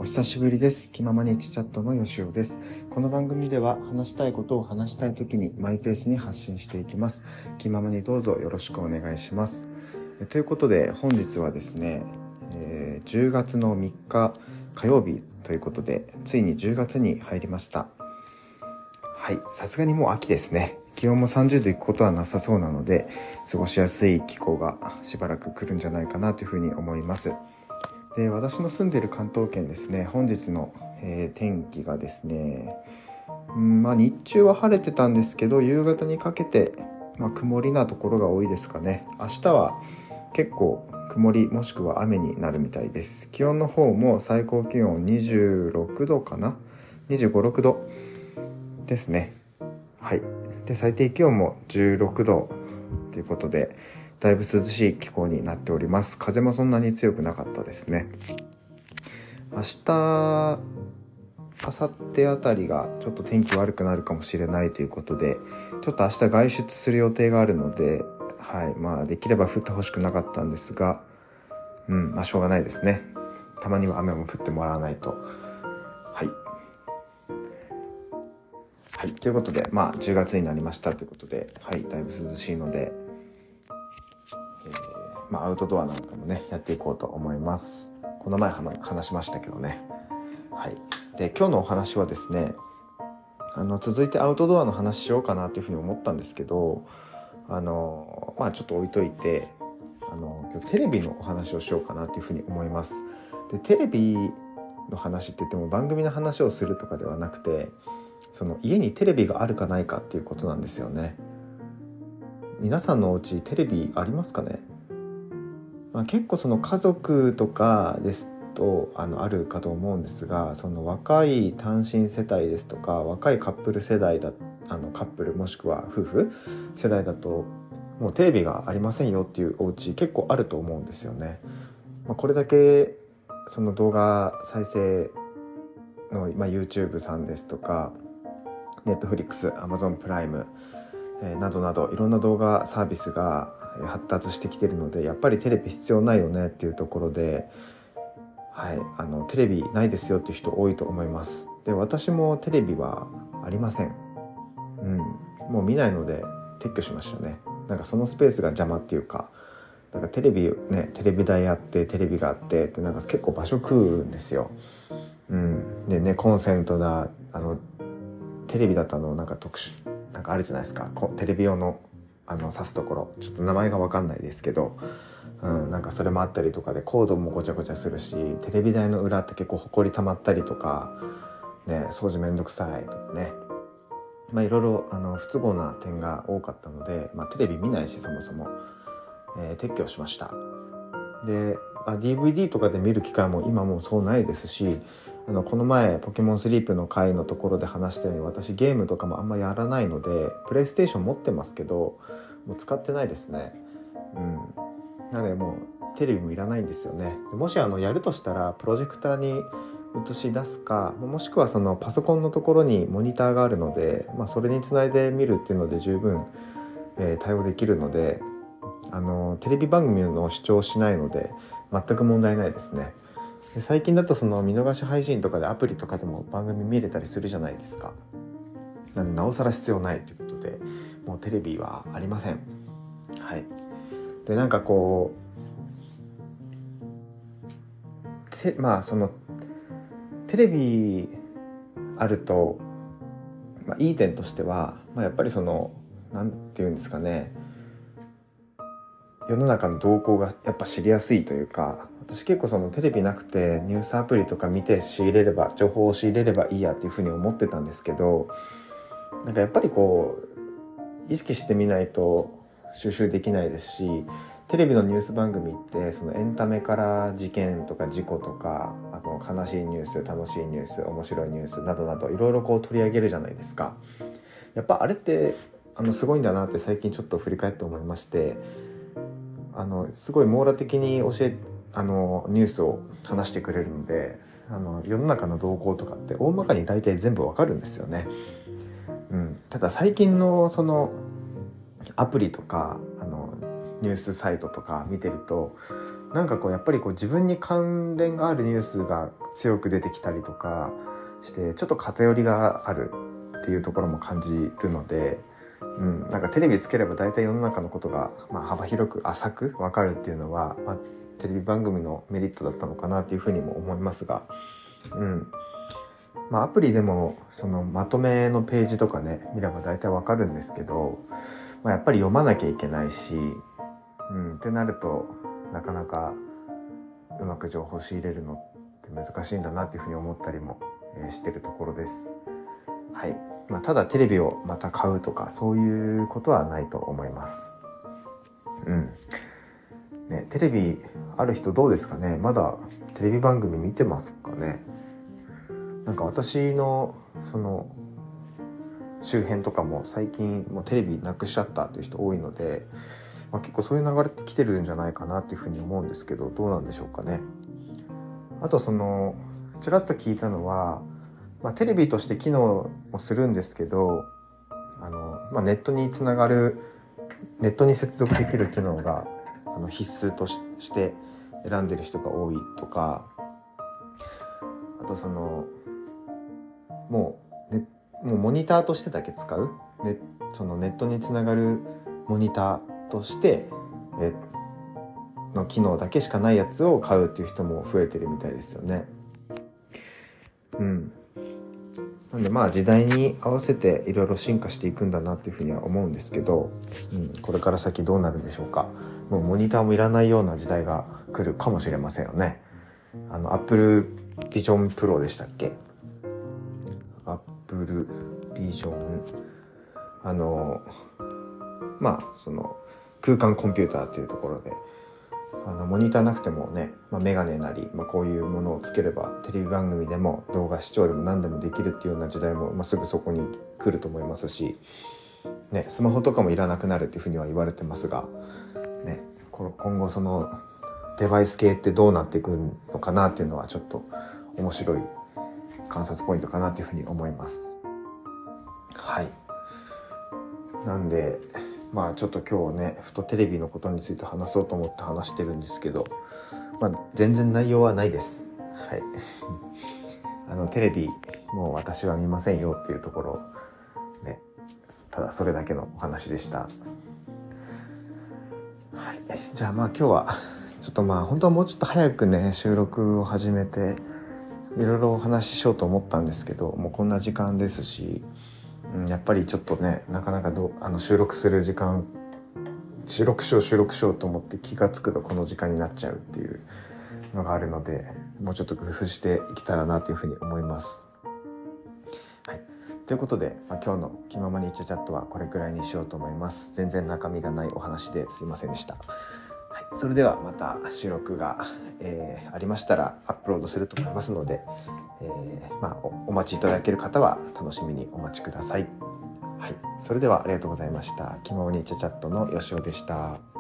お久しぶりです。気ままにチャットのよしおです。この番組では話したいことを話したいときにマイペースに発信していきます。気ままにどうぞよろしくお願いします。ということで本日はですね、10月の3日火曜日ということで、ついに10月に入りました。はい、さすがにもう秋ですね。気温も30度いくことはなさそうなので、過ごしやすい気候がしばらく来るんじゃないかなというふうに思います。で、私の住んでいる関東圏ですね、本日の、天気がですね、日中は晴れてたんですけど、夕方にかけて、曇りなところが多いですかね。明日は結構曇りもしくは雨になるみたいです。気温の方も最高気温26度かな、25、6度ですね。はい。で、最低気温も16度ということで、だいぶ涼しい気候になっております。風もそんなに強くなかったですね。明日、明後日あたりがちょっと天気悪くなるかもしれないということで、ちょっと明日外出する予定があるので、はい、できれば降ってほしくなかったんですが、しょうがないですね。たまには雨も降ってもらわないと。はい。はい、ということで、10月になりましたということで、はい、だいぶ涼しいので、アウトドアなんかもね、やっていこうと思います。この前話しましたけどね。はい。で、今日のお話はですね、続いてアウトドアの話しようかなというふうに思ったんですけど、ちょっと置いといて、今日テレビのお話をしようかなというふうに思います。で、テレビの話って言っても番組の話をするとかではなくて、その家にテレビがあるかないかっていうことなんですよね。皆さんのお家テレビありますかね？結構その家族とかですとあるかと思うんですが、その若い単身世帯ですとか若いカップル世代だカップルもしくは夫婦世代だともうテレビがありませんよっていうお家結構あると思うんですよね。これだけその動画再生の、YouTube さんですとか Netflix、Amazon プライム、などなどいろんな動画サービスが発達してきてるので、やっぱりテレビ必要ないよねっていうところで、テレビないですよっていう人多いと思います。で、私もテレビはありません。もう見ないので撤去しましたね。なんかそのスペースが邪魔っていうか、なんかテレビ台あってテレビがあってってなんか結構場所食うんですよ。でね、コンセントだ、テレビだとなんか特殊なんかあるじゃないですか、テレビ用の挿すところ、ちょっと名前が分かんないですけど、なんかそれもあったりとかでコードもごちゃごちゃするし、テレビ台の裏って結構ホコリ溜まったりとかね、掃除めんどくさいとかね、いろいろ不都合な点が多かったので、テレビ見ないしそもそも、撤去しました。で、DVD とかで見る機会も今もうそうないですし、この前ポケモンスリープの回のところで話したように、私ゲームとかもあんまやらないのでプレイステーション持ってますけどもう使ってないですね。なのでもうテレビもいらないんですよね。もしやるとしたらプロジェクターに映し出すか、もしくはそのパソコンのところにモニターがあるので、それにつないで見るっていうので十分、対応できるので、テレビ番組の視聴しないので全く問題ないですね。で、最近だとその見逃し配信とかでアプリとかでも番組見れたりするじゃないですか。なのでなおさら必要ないということで、もうテレビはありません。はい。で、なんかこうそのテレビあると、いい点としては、やっぱりそのなんていうんですかね、世の中の動向がやっぱ知りやすいというか、私結構そのテレビなくてニュースアプリとか見て情報を仕入れればいいやっていうふうに思ってたんですけど、なんかやっぱりこう意識してみないと収集できないですし、テレビのニュース番組ってそのエンタメから事件とか事故とか、あと悲しいニュース、楽しいニュース、面白いニュースなどなどいろいろこう取り上げるじゃないですか。やっぱあれってすごいんだなって最近ちょっと振り返って思いまして、すごい網羅的にニュースを話してくれるので、世の中の動向とかって大まかに大体全部わかるんですよね。ただ最近のそのアプリとかニュースサイトとか見てると、 なんかこうやっぱりこう自分に関連があるニュースが強く出てきたりとかしてちょっと偏りがあるっていうところも感じるので、なんかテレビつければ大体世の中のことが、幅広く浅く分かるっていうのは、テレビ番組のメリットだったのかなっていうふうにも思いますが、アプリでもそのまとめのページとかね見れば大体分かるんですけど、やっぱり読まなきゃいけないし、ってなるとなかなかうまく情報を仕入れるのって難しいんだなっていうふうに思ったりもしてるところです。はい。ただテレビをまた買うとかそういうことはないと思います。テレビある人どうですかね。まだテレビ番組見てますかね。なんか私のその周辺とかも最近もうテレビなくしちゃったっていう人多いので、結構そういう流れってきてるんじゃないかなっていうふうに思うんですけど、どうなんでしょうかね。あとそのちらっと聞いたのは、テレビとして機能もするんですけど、ネットにつながるネットに接続できる機能が必須として選んでる人が多いとか、あとそのもうモニターとしてだけ使う、そのネットにつながるモニターとしての機能だけしかないやつを買うっていう人も増えてるみたいですよね。なんで時代に合わせていろいろ進化していくんだなっていうふうには思うんですけど、これから先どうなるんでしょうか。もうモニターもいらないような時代が来るかもしれませんよね。Apple Vision Pro でしたっけ？ Apple Vision その空間コンピューターっていうところでモニターなくてもね、メガネなり、こういうものをつければテレビ番組でも動画視聴でも何でもできるっていうような時代も、すぐそこに来ると思いますし、スマホとかもいらなくなるっていうふうには言われてますが、今後そのデバイス系ってどうなっていくのかなっていうのはちょっと面白い観察ポイントかなっていうふうに思います。はい。なんでちょっと今日ねふとテレビのことについて話そうと思って話してるんですけど、全然内容はないです。はい。テレビもう私は見ませんよっていうところね、ただそれだけのお話でした。はい。じゃあ今日はちょっと本当はもうちょっと早くね収録を始めていろいろお話ししようと思ったんですけど、もうこんな時間ですし、やっぱりちょっとねなかなか収録する時間収録しようと思って気がつくとこの時間になっちゃうっていうのがあるので、もうちょっと工夫していけたらなというふうに思います。はい。ということで、今日の気ままにチャチャットはこれくらいにしようと思います。全然中身がないお話ですいませんでした。はい。それではまた収録が、ありましたらアップロードすると思いますので、お待ちいただける方は楽しみにお待ちください。はい。それではありがとうございました。気ままにチャチャットのよしおでした。